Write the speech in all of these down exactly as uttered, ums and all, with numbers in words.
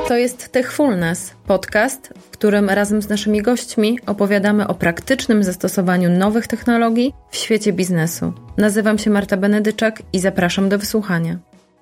To jest Techfulness, podcast, w którym razem z naszymi gośćmi opowiadamy o praktycznym zastosowaniu nowych technologii w świecie biznesu. Nazywam się Marta Benedyczak i zapraszam do wysłuchania.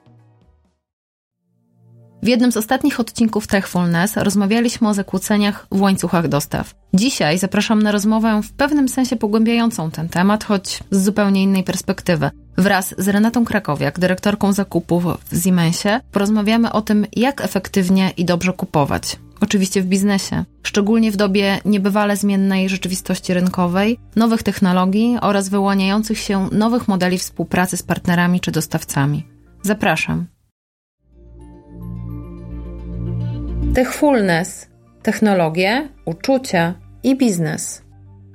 W jednym z ostatnich odcinków Techfulness rozmawialiśmy o zakłóceniach w łańcuchach dostaw. Dzisiaj zapraszam na rozmowę w pewnym sensie pogłębiającą ten temat, choć z zupełnie innej perspektywy. Wraz z Renatą Krakowiak, dyrektorką zakupów w Siemensie, porozmawiamy o tym, jak efektywnie i dobrze kupować. Oczywiście w biznesie, szczególnie w dobie niebywale zmiennej rzeczywistości rynkowej, nowych technologii oraz wyłaniających się nowych modeli współpracy z partnerami czy dostawcami. Zapraszam. Techfulness. Technologie, uczucia i biznes.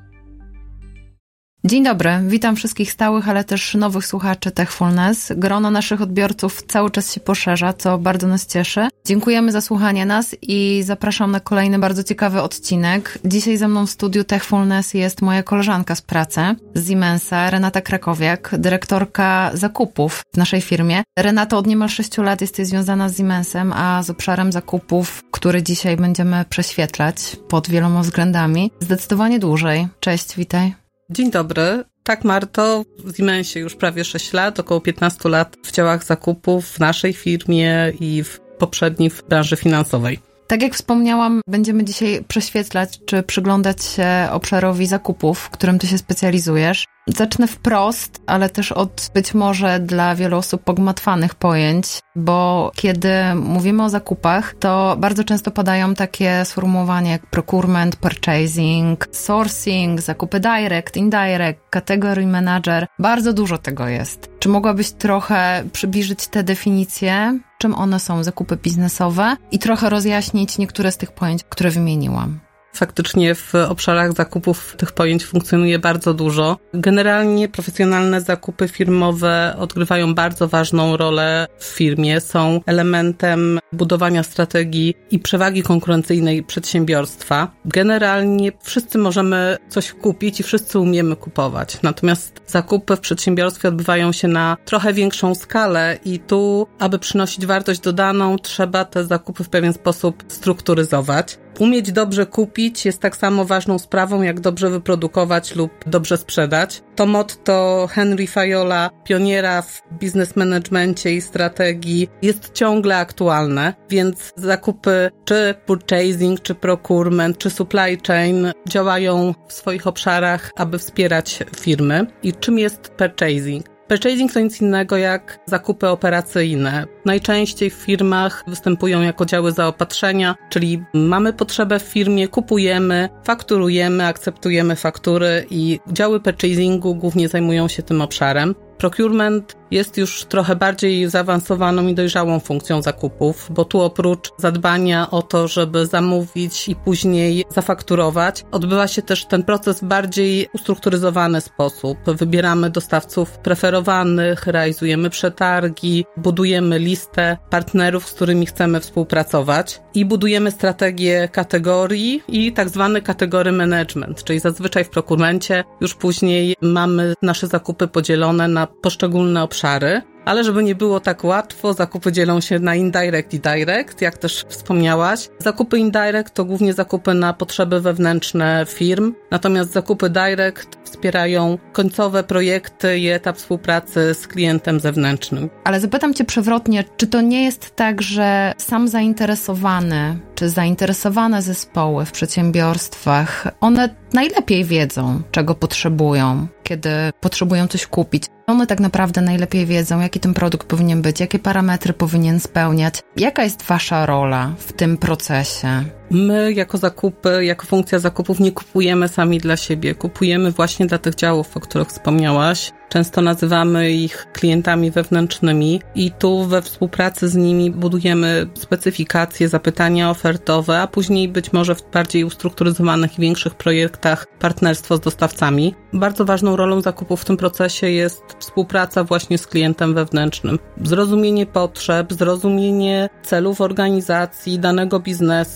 Dzień dobry, witam wszystkich stałych, ale też nowych słuchaczy Techfulness. Grono naszych odbiorców cały czas się poszerza, co bardzo nas cieszy. Dziękujemy za słuchanie nas i zapraszam na kolejny bardzo ciekawy odcinek. Dzisiaj ze mną w studiu Techfulness jest moja koleżanka z pracy z Siemensa, Renata Krakowiak, dyrektorka zakupów w naszej firmie. Renato, od niemal sześciu lat jesteś związana z Siemensem, a z obszarem zakupów, który dzisiaj będziemy prześwietlać pod wieloma względami, zdecydowanie dłużej. Cześć, witaj. Dzień dobry. Tak, Marto, w Siemensie już prawie sześć lat, około piętnaście lat w działach zakupów w naszej firmie i w poprzedniej w branży finansowej. Tak jak wspomniałam, będziemy dzisiaj prześwietlać czy przyglądać się obszarowi zakupów, w którym ty się specjalizujesz. Zacznę wprost, ale też od być może dla wielu osób pogmatwanych pojęć, bo kiedy mówimy o zakupach, to bardzo często padają takie sformułowania jak procurement, purchasing, sourcing, zakupy direct, indirect, category manager. Bardzo dużo tego jest. Czy mogłabyś trochę przybliżyć te definicje, czym one są, zakupy biznesowe, i trochę rozjaśnić niektóre z tych pojęć, które wymieniłam? Faktycznie w obszarach zakupów tych pojęć funkcjonuje bardzo dużo. Generalnie profesjonalne zakupy firmowe odgrywają bardzo ważną rolę w firmie, są elementem budowania strategii i przewagi konkurencyjnej przedsiębiorstwa. Generalnie wszyscy możemy coś kupić i wszyscy umiemy kupować. Natomiast zakupy w przedsiębiorstwie odbywają się na trochę większą skalę i tu, aby przynosić wartość dodaną, trzeba te zakupy w pewien sposób strukturyzować. Umieć dobrze kupić jest tak samo ważną sprawą, jak dobrze wyprodukować lub dobrze sprzedać. To motto Henry Fayola, pioniera w biznes managemencie i strategii, jest ciągle aktualne, więc zakupy czy purchasing, czy procurement, czy supply chain działają w swoich obszarach, aby wspierać firmy. I czym jest purchasing? Purchasing to nic innego jak zakupy operacyjne. Najczęściej w firmach występują jako działy zaopatrzenia, czyli mamy potrzebę w firmie, kupujemy, fakturujemy, akceptujemy faktury i działy purchasingu głównie zajmują się tym obszarem. Procurement jest już trochę bardziej zaawansowaną i dojrzałą funkcją zakupów, bo tu oprócz zadbania o to, żeby zamówić i później zafakturować, odbywa się też ten proces w bardziej ustrukturyzowany sposób. Wybieramy dostawców preferowanych, realizujemy przetargi, budujemy listę partnerów, z którymi chcemy współpracować i budujemy strategię kategorii i tak zwany category management, czyli zazwyczaj w procurencie już później mamy nasze zakupy podzielone na poszczególne obszary, ale żeby nie było tak łatwo, zakupy dzielą się na indirect i direct, jak też wspomniałaś. Zakupy indirect to głównie zakupy na potrzeby wewnętrzne firm, natomiast zakupy direct wspierają końcowe projekty i etap współpracy z klientem zewnętrznym. Ale zapytam cię przewrotnie, czy to nie jest tak, że sam zainteresowany czy zainteresowane zespoły w przedsiębiorstwach, one najlepiej wiedzą, czego potrzebują, kiedy potrzebują coś kupić. One tak naprawdę najlepiej wiedzą, jaki ten produkt powinien być, jakie parametry powinien spełniać. Jaka jest wasza rola w tym procesie? My jako zakupy, jako funkcja zakupów nie kupujemy sami dla siebie. Kupujemy właśnie dla tych działów, o których wspomniałaś. Często nazywamy ich klientami wewnętrznymi i tu we współpracy z nimi budujemy specyfikacje, zapytania ofertowe, a później być może w bardziej ustrukturyzowanych i większych projektach partnerstwo z dostawcami. Bardzo ważną rolą zakupów w tym procesie jest współpraca właśnie z klientem wewnętrznym. Zrozumienie potrzeb, zrozumienie celów organizacji, danego biznesu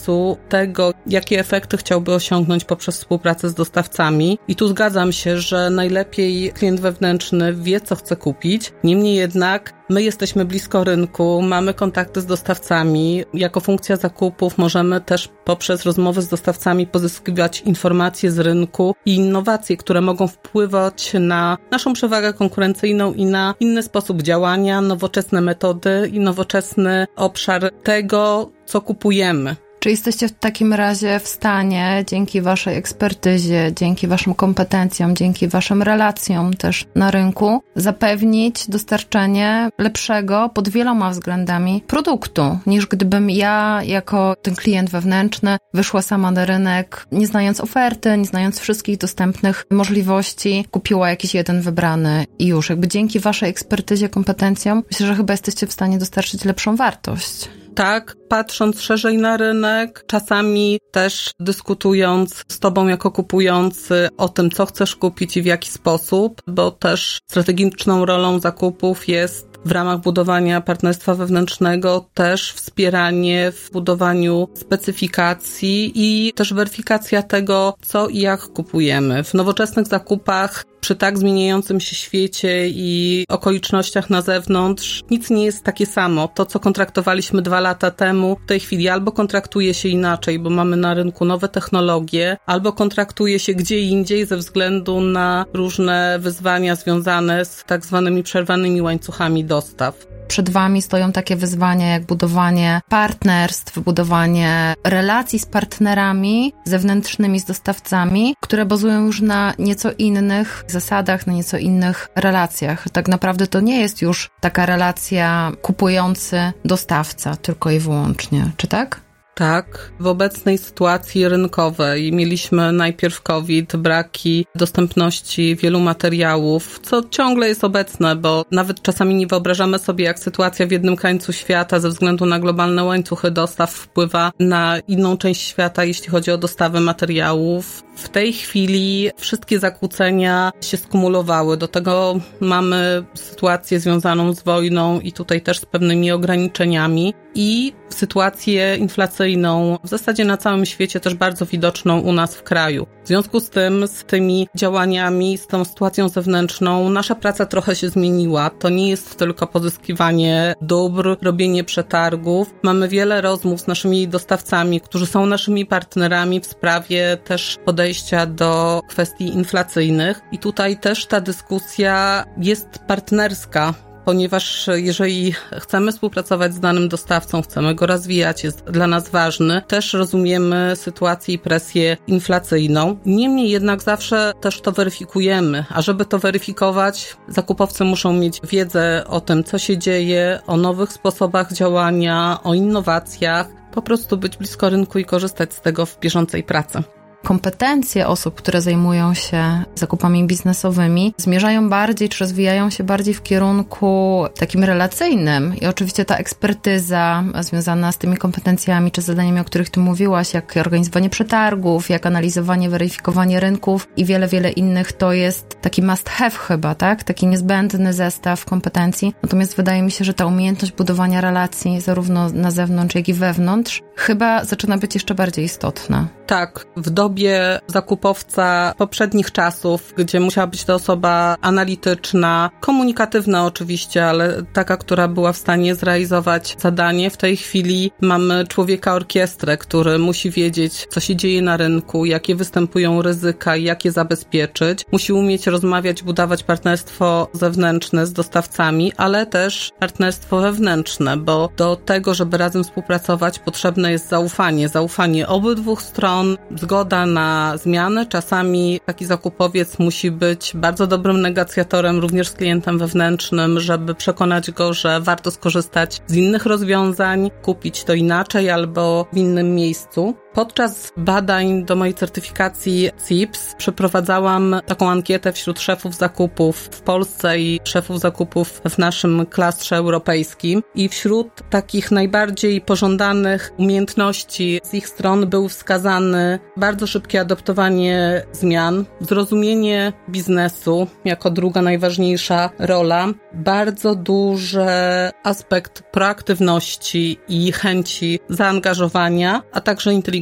tego, jakie efekty chciałby osiągnąć poprzez współpracę z dostawcami. I tu zgadzam się, że najlepiej klient wewnętrzny wie, co chce kupić. Niemniej jednak my jesteśmy blisko rynku, mamy kontakty z dostawcami. Jako funkcja zakupów możemy też poprzez rozmowy z dostawcami pozyskiwać informacje z rynku i innowacje, które mogą wpływać na naszą przewagę konkurencyjną i na inny sposób działania, nowoczesne metody i nowoczesny obszar tego, co kupujemy. Czy jesteście w takim razie w stanie, dzięki waszej ekspertyzie, dzięki waszym kompetencjom, dzięki waszym relacjom też na rynku, zapewnić dostarczenie lepszego pod wieloma względami produktu, niż gdybym ja, jako ten klient wewnętrzny, wyszła sama na rynek, nie znając oferty, nie znając wszystkich dostępnych możliwości, kupiła jakiś jeden wybrany i już. Jakby dzięki waszej ekspertyzie, kompetencjom, myślę, że chyba jesteście w stanie dostarczyć lepszą wartość. Tak, patrząc szerzej na rynek, czasami też dyskutując z tobą jako kupujący o tym, co chcesz kupić i w jaki sposób, bo też strategiczną rolą zakupów jest w ramach budowania partnerstwa wewnętrznego też wspieranie w budowaniu specyfikacji i też weryfikacja tego, co i jak kupujemy. W nowoczesnych zakupach, przy tak zmieniającym się świecie i okolicznościach na zewnątrz, nic nie jest takie samo. To, co kontraktowaliśmy dwa lata temu, w tej chwili albo kontraktuje się inaczej, bo mamy na rynku nowe technologie, albo kontraktuje się gdzie indziej ze względu na różne wyzwania związane z tak zwanymi przerwanymi łańcuchami dostaw. Przed wami stoją takie wyzwania jak budowanie partnerstw, budowanie relacji z partnerami zewnętrznymi, z dostawcami, które bazują już na nieco innych zasadach, na nieco innych relacjach. Tak naprawdę to nie jest już taka relacja kupujący-dostawca tylko i wyłącznie, czy tak? Tak, w obecnej sytuacji rynkowej mieliśmy najpierw COVID, braki dostępności wielu materiałów, co ciągle jest obecne, bo nawet czasami nie wyobrażamy sobie, jak sytuacja w jednym krańcu świata ze względu na globalne łańcuchy dostaw wpływa na inną część świata, jeśli chodzi o dostawy materiałów. W tej chwili wszystkie zakłócenia się skumulowały. Do tego mamy sytuację związaną z wojną i tutaj też z pewnymi ograniczeniami i sytuację inflacyjną w zasadzie na całym świecie, też bardzo widoczną u nas w kraju. W związku z tym, z tymi działaniami, z tą sytuacją zewnętrzną, nasza praca trochę się zmieniła. To nie jest tylko pozyskiwanie dóbr, robienie przetargów. Mamy wiele rozmów z naszymi dostawcami, którzy są naszymi partnerami w sprawie też podejścia do kwestii inflacyjnych. I tutaj też ta dyskusja jest partnerska, ponieważ jeżeli chcemy współpracować z danym dostawcą, chcemy go rozwijać, jest dla nas ważny, też rozumiemy sytuację i presję inflacyjną. Niemniej jednak zawsze też to weryfikujemy, a żeby to weryfikować, zakupowcy muszą mieć wiedzę o tym, co się dzieje, o nowych sposobach działania, o innowacjach, po prostu być blisko rynku i korzystać z tego w bieżącej pracy. Kompetencje osób, które zajmują się zakupami biznesowymi, zmierzają bardziej, czy rozwijają się bardziej w kierunku takim relacyjnym. I oczywiście ta ekspertyza związana z tymi kompetencjami, czy zadaniami, o których ty mówiłaś, jak organizowanie przetargów, jak analizowanie, weryfikowanie rynków i wiele, wiele innych, to jest taki must have chyba, tak? Taki niezbędny zestaw kompetencji. Natomiast wydaje mi się, że ta umiejętność budowania relacji zarówno na zewnątrz, jak i wewnątrz chyba zaczyna być jeszcze bardziej istotna. Tak, w dobie zakupowca poprzednich czasów, gdzie musiała być to osoba analityczna, komunikatywna oczywiście, ale taka, która była w stanie zrealizować zadanie. W tej chwili mamy człowieka orkiestrę, który musi wiedzieć, co się dzieje na rynku, jakie występują ryzyka, jak je zabezpieczyć. Musi umieć rozmawiać, budować partnerstwo zewnętrzne z dostawcami, ale też partnerstwo wewnętrzne, bo do tego, żeby razem współpracować, potrzebne jest zaufanie. Zaufanie obydwu stron, zgoda na zmiany. Czasami taki zakupowiec musi być bardzo dobrym negocjatorem również z klientem wewnętrznym, żeby przekonać go, że warto skorzystać z innych rozwiązań, kupić to inaczej albo w innym miejscu. Podczas badań do mojej certyfikacji C I P S przeprowadzałam taką ankietę wśród szefów zakupów w Polsce i szefów zakupów w naszym klastrze europejskim i wśród takich najbardziej pożądanych umiejętności z ich stron był wskazany bardzo szybkie adoptowanie zmian, zrozumienie biznesu jako druga najważniejsza rola, bardzo duży aspekt proaktywności i chęci zaangażowania, a także inteligencji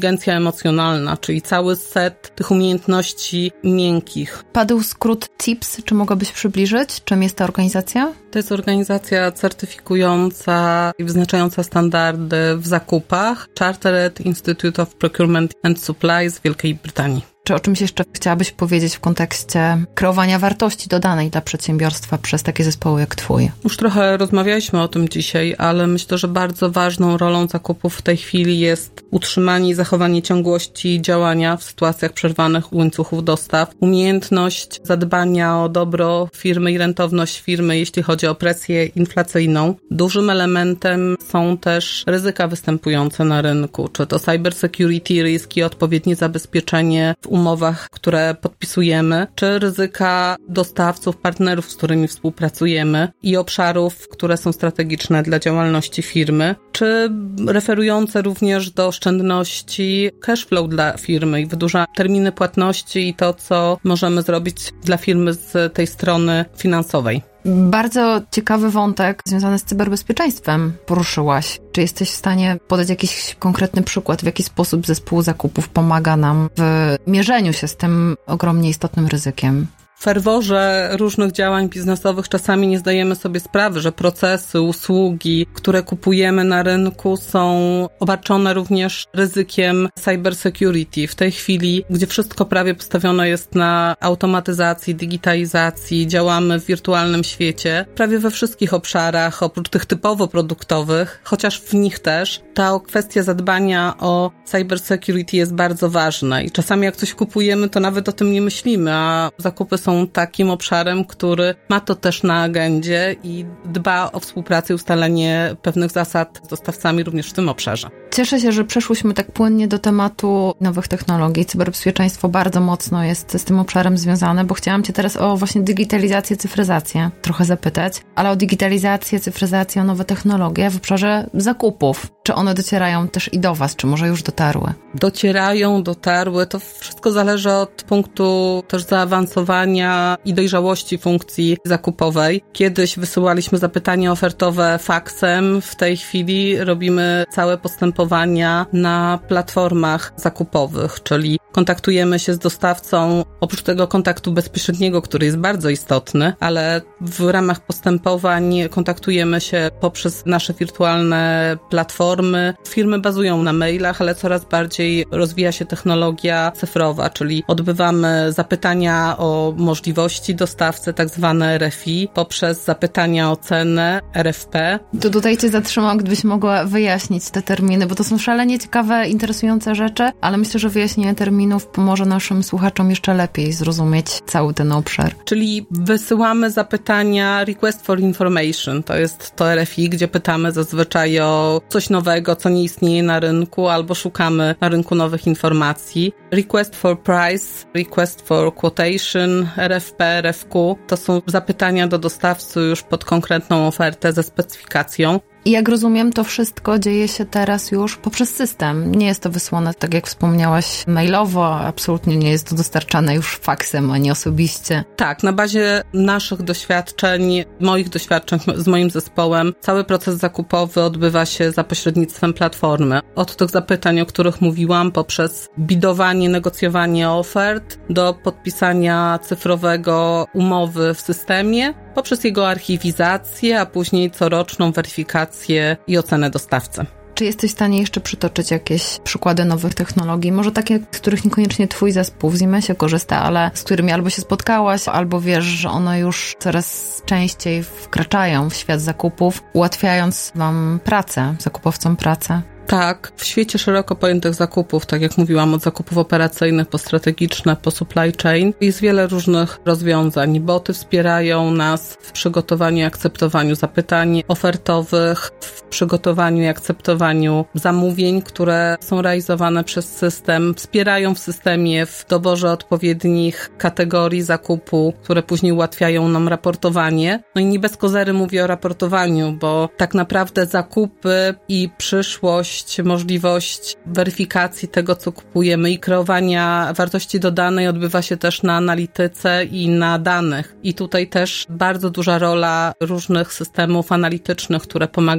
inteligencja emocjonalna, czyli cały set tych umiejętności miękkich. Padł skrót T I P S, czy mogłabyś przybliżyć, czym jest ta organizacja? To jest organizacja certyfikująca i wyznaczająca standardy w zakupach Chartered Institute of Procurement and Supply z Wielkiej Brytanii. Czy o czymś jeszcze chciałabyś powiedzieć w kontekście kreowania wartości dodanej dla przedsiębiorstwa przez takie zespoły jak twój? Już trochę rozmawialiśmy o tym dzisiaj, ale myślę, że bardzo ważną rolą zakupów w tej chwili jest utrzymanie i zachowanie ciągłości działania w sytuacjach przerwanych łańcuchów dostaw, umiejętność zadbania o dobro firmy i rentowność firmy, jeśli chodzi o presję inflacyjną. Dużym elementem są też ryzyka występujące na rynku, czy to cyber security, riski, odpowiednie zabezpieczenie w umowach, które podpisujemy, czy ryzyka dostawców, partnerów, z którymi współpracujemy i obszarów, które są strategiczne dla działalności firmy, czy referujące również do oszczędności cash flow dla firmy i wydłuża terminy płatności i to, co możemy zrobić dla firmy z tej strony finansowej. Bardzo ciekawy wątek związany z cyberbezpieczeństwem poruszyłaś. Czy jesteś w stanie podać jakiś konkretny przykład, w jaki sposób zespół zakupów pomaga nam w mierzeniu się z tym ogromnie istotnym ryzykiem? W ferworze różnych działań biznesowych czasami nie zdajemy sobie sprawy, że procesy, usługi, które kupujemy na rynku, są obarczone również ryzykiem cyber security. W tej chwili, gdzie wszystko prawie postawione jest na automatyzacji, digitalizacji, działamy w wirtualnym świecie, prawie we wszystkich obszarach, oprócz tych typowo produktowych, chociaż w nich też, ta kwestia zadbania o cyber security jest bardzo ważna i czasami jak coś kupujemy, to nawet o tym nie myślimy, a zakupy są takim obszarem, który ma to też na agendzie i dba o współpracę i ustalenie pewnych zasad z dostawcami również w tym obszarze. Cieszę się, że przeszłyśmy tak płynnie do tematu nowych technologii. Cyberbezpieczeństwo bardzo mocno jest z tym obszarem związane, bo chciałam Cię teraz o właśnie digitalizację, cyfryzację trochę zapytać, ale o digitalizację, cyfryzację, o nowe technologie w obszarze zakupów. Czy one docierają też i do Was, czy może już dotarły? Docierają, dotarły. To wszystko zależy od punktu też zaawansowania i dojrzałości funkcji zakupowej. Kiedyś wysyłaliśmy zapytania ofertowe faksem, w tej chwili robimy całe postępowania na platformach zakupowych, czyli kontaktujemy się z dostawcą, oprócz tego kontaktu bezpośredniego, który jest bardzo istotny, ale w ramach postępowań kontaktujemy się poprzez nasze wirtualne platformy. Firmy bazują na mailach, ale coraz bardziej rozwija się technologia cyfrowa, czyli odbywamy zapytania o możliwości dostawcy, tak zwane R F I, poprzez zapytania o cenę, R F P. To tutaj Cię zatrzymam, gdybyś mogła wyjaśnić te terminy, bo to są szalenie ciekawe, interesujące rzeczy, ale myślę, że wyjaśnienie terminów pomoże naszym słuchaczom jeszcze lepiej zrozumieć cały ten obszar. Czyli wysyłamy zapytania Request for Information, to jest to R F I, gdzie pytamy zazwyczaj o coś nowego, co nie istnieje na rynku, albo szukamy na rynku nowych informacji. Request for Price, Request for Quotation, R F P, R F Q, to są zapytania do dostawcy już pod konkretną ofertę ze specyfikacją. I jak rozumiem, to wszystko dzieje się teraz już poprzez system. Nie jest to wysłane, tak jak wspomniałaś, mailowo, absolutnie nie jest to dostarczane już faksem, a nie osobiście. Tak, na bazie naszych doświadczeń, moich doświadczeń z moim zespołem, cały proces zakupowy odbywa się za pośrednictwem platformy. Od tych zapytań, o których mówiłam, poprzez bidowanie, negocjowanie ofert, do podpisania cyfrowego umowy w systemie, poprzez jego archiwizację, a później coroczną weryfikację i ocenę dostawcy. Czy jesteś w stanie jeszcze przytoczyć jakieś przykłady nowych technologii? Może takie, z których niekoniecznie twój zespół w Siemensie korzysta, ale z którymi albo się spotkałaś, albo wiesz, że one już coraz częściej wkraczają w świat zakupów, ułatwiając wam pracę, zakupowcom pracę? Tak, w świecie szeroko pojętych zakupów, tak jak mówiłam, od zakupów operacyjnych po strategiczne, po supply chain, jest wiele różnych rozwiązań. Boty wspierają nas w przygotowaniu i akceptowaniu zapytań ofertowych, w przygotowaniu i akceptowaniu zamówień, które są realizowane przez system. Wspierają w systemie w doborze odpowiednich kategorii zakupu, które później ułatwiają nam raportowanie. No i nie bez kozery mówię o raportowaniu, bo tak naprawdę zakupy i przyszłość, możliwość weryfikacji tego, co kupujemy i kreowania wartości dodanej odbywa się też na analityce i na danych. I tutaj też bardzo duża rola różnych systemów analitycznych, które pomagają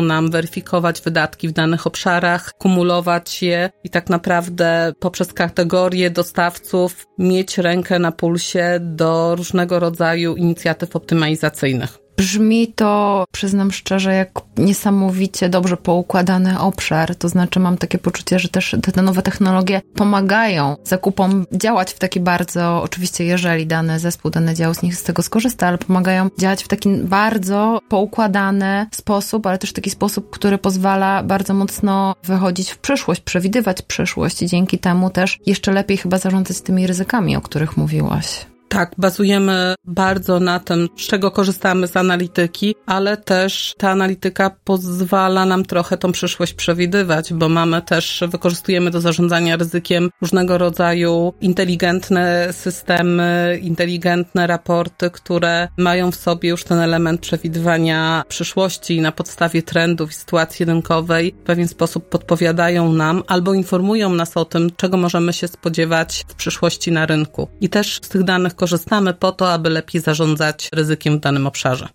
nam weryfikować wydatki w danych obszarach, kumulować je i tak naprawdę poprzez kategorie dostawców mieć rękę na pulsie do różnego rodzaju inicjatyw optymalizacyjnych. Brzmi to, przyznam szczerze, jak niesamowicie dobrze poukładany obszar. To znaczy mam takie poczucie, że też te nowe technologie pomagają zakupom działać w taki bardzo, oczywiście jeżeli dany zespół, dany dział z nich z tego skorzysta, ale pomagają działać w taki bardzo poukładany sposób, ale też taki sposób, który pozwala bardzo mocno wychodzić w przyszłość, przewidywać przyszłość i dzięki temu też jeszcze lepiej chyba zarządzać tymi ryzykami, o których mówiłaś. Tak, bazujemy bardzo na tym, z czego korzystamy z analityki, ale też ta analityka pozwala nam trochę tą przyszłość przewidywać, bo mamy też, wykorzystujemy do zarządzania ryzykiem różnego rodzaju inteligentne systemy, inteligentne raporty, które mają w sobie już ten element przewidywania przyszłości i na podstawie trendów i sytuacji rynkowej w pewien sposób podpowiadają nam albo informują nas o tym, czego możemy się spodziewać w przyszłości na rynku. I też z tych danych korzystamy po to, aby lepiej zarządzać ryzykiem w danym obszarze.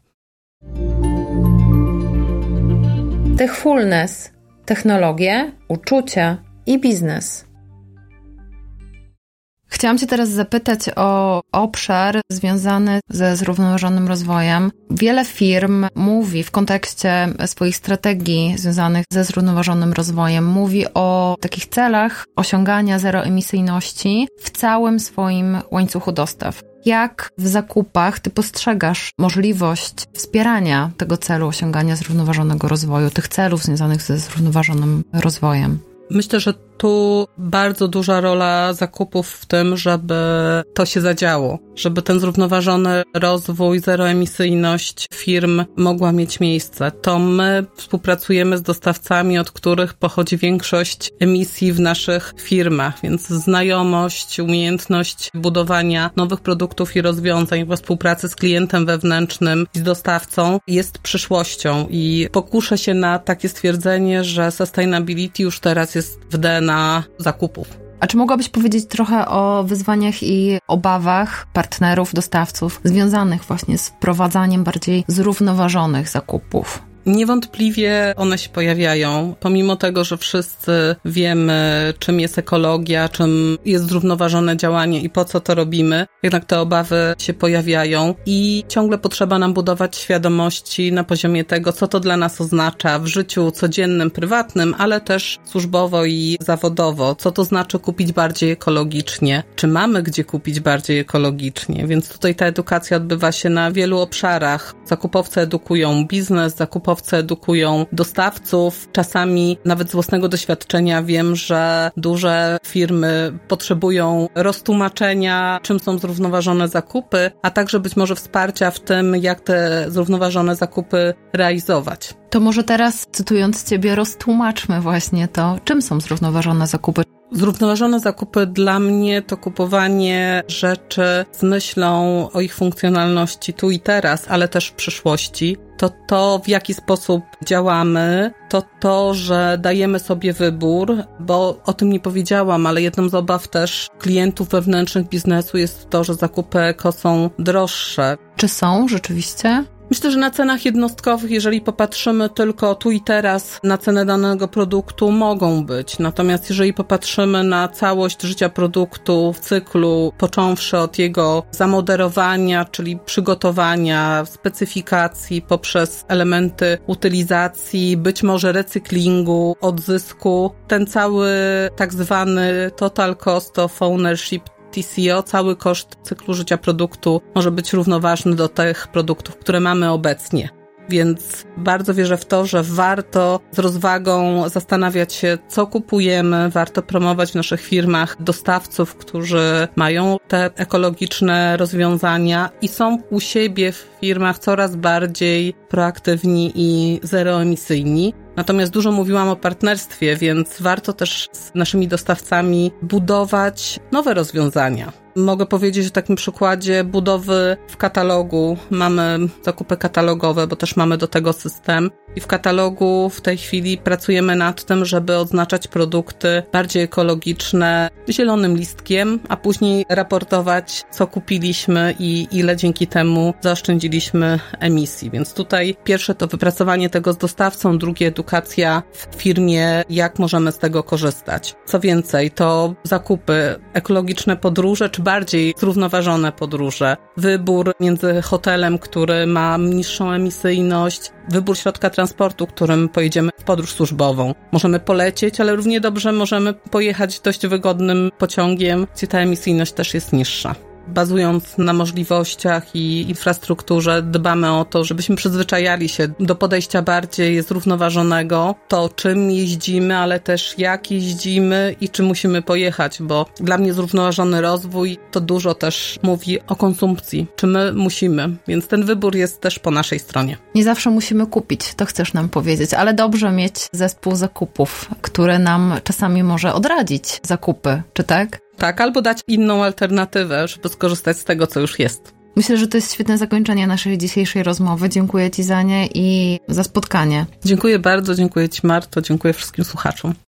Techfulness, technologie, uczucia i biznes. Chciałam Cię teraz zapytać o obszar związany ze zrównoważonym rozwojem. Wiele firm mówi w kontekście swoich strategii związanych ze zrównoważonym rozwojem, mówi o takich celach osiągania zeroemisyjności w całym swoim łańcuchu dostaw. Jak w zakupach Ty postrzegasz możliwość wspierania tego celu osiągania zrównoważonego rozwoju, tych celów związanych ze zrównoważonym rozwojem? Myślę, że tu bardzo duża rola zakupów w tym, żeby to się zadziało, żeby ten zrównoważony rozwój, zeroemisyjność firm mogła mieć miejsce. To my współpracujemy z dostawcami, od których pochodzi większość emisji w naszych firmach, więc znajomość, umiejętność budowania nowych produktów i rozwiązań we współpracy z klientem wewnętrznym i z dostawcą jest przyszłością i pokuszę się na takie stwierdzenie, że sustainability już teraz jest w D N A zakupów. A czy mogłabyś powiedzieć trochę o wyzwaniach i obawach partnerów, dostawców związanych właśnie z wprowadzaniem bardziej zrównoważonych zakupów? Niewątpliwie one się pojawiają, pomimo tego, że wszyscy wiemy, czym jest ekologia, czym jest zrównoważone działanie i po co to robimy, jednak te obawy się pojawiają i ciągle potrzeba nam budować świadomości na poziomie tego, co to dla nas oznacza w życiu codziennym, prywatnym, ale też służbowo i zawodowo, co to znaczy kupić bardziej ekologicznie, czy mamy gdzie kupić bardziej ekologicznie, więc tutaj ta edukacja odbywa się na wielu obszarach. Zakupowcy edukują biznes, zakupowcy edukują dostawców. Czasami nawet z własnego doświadczenia wiem, że duże firmy potrzebują roztłumaczenia, czym są zrównoważone zakupy, a także być może wsparcia w tym, jak te zrównoważone zakupy realizować. To może teraz, cytując Ciebie, roztłumaczmy właśnie to, czym są zrównoważone zakupy. Zrównoważone zakupy dla mnie to kupowanie rzeczy z myślą o ich funkcjonalności tu i teraz, ale też w przyszłości. To to, w jaki sposób działamy, to to, że dajemy sobie wybór, bo o tym nie powiedziałam, ale jedną z obaw też klientów wewnętrznych biznesu jest to, że zakupy eko są droższe. Czy są rzeczywiście? Myślę, że na cenach jednostkowych, jeżeli popatrzymy tylko tu i teraz na cenę danego produktu, mogą być. Natomiast jeżeli popatrzymy na całość życia produktu w cyklu, począwszy od jego zamoderowania, czyli przygotowania, specyfikacji, poprzez elementy utylizacji, być może recyklingu, odzysku, ten cały tak zwany total cost of ownership, T C O, cały koszt cyklu życia produktu może być równoważny do tych produktów, które mamy obecnie. Więc bardzo wierzę w to, że warto z rozwagą zastanawiać się, co kupujemy, warto promować w naszych firmach dostawców, którzy mają te ekologiczne rozwiązania i są u siebie w firmach coraz bardziej proaktywni i zeroemisyjni. Natomiast dużo mówiłam o partnerstwie, więc warto też z naszymi dostawcami budować nowe rozwiązania. Mogę powiedzieć o takim przykładzie budowy w katalogu. Mamy zakupy katalogowe, bo też mamy do tego system. I w katalogu w tej chwili pracujemy nad tym, żeby oznaczać produkty bardziej ekologiczne zielonym listkiem, a później raportować, co kupiliśmy i ile dzięki temu zaoszczędziliśmy emisji. Więc tutaj pierwsze to wypracowanie tego z dostawcą, drugie edukacja w firmie, jak możemy z tego korzystać. Co więcej, to zakupy, ekologiczne podróże, czy bardziej zrównoważone podróże. Wybór między hotelem, który ma niższą emisyjność, wybór środka transportu, którym pojedziemy w podróż służbową. Możemy polecieć, ale równie dobrze możemy pojechać dość wygodnym pociągiem, gdzie ta emisyjność też jest niższa. Bazując na możliwościach i infrastrukturze, dbamy o to, żebyśmy przyzwyczajali się do podejścia bardziej zrównoważonego, to czym jeździmy, ale też jak jeździmy i czy musimy pojechać, bo dla mnie zrównoważony rozwój to dużo też mówi o konsumpcji, czy my musimy, więc ten wybór jest też po naszej stronie. Nie zawsze musimy kupić, to chcesz nam powiedzieć, ale dobrze mieć zespół zakupów, który nam czasami może odradzić zakupy, czy tak? Tak, albo dać inną alternatywę, żeby skorzystać z tego, co już jest. Myślę, że to jest świetne zakończenie naszej dzisiejszej rozmowy. Dziękuję Ci za nie i za spotkanie. Dziękuję bardzo, dziękuję Ci Marto, dziękuję wszystkim słuchaczom.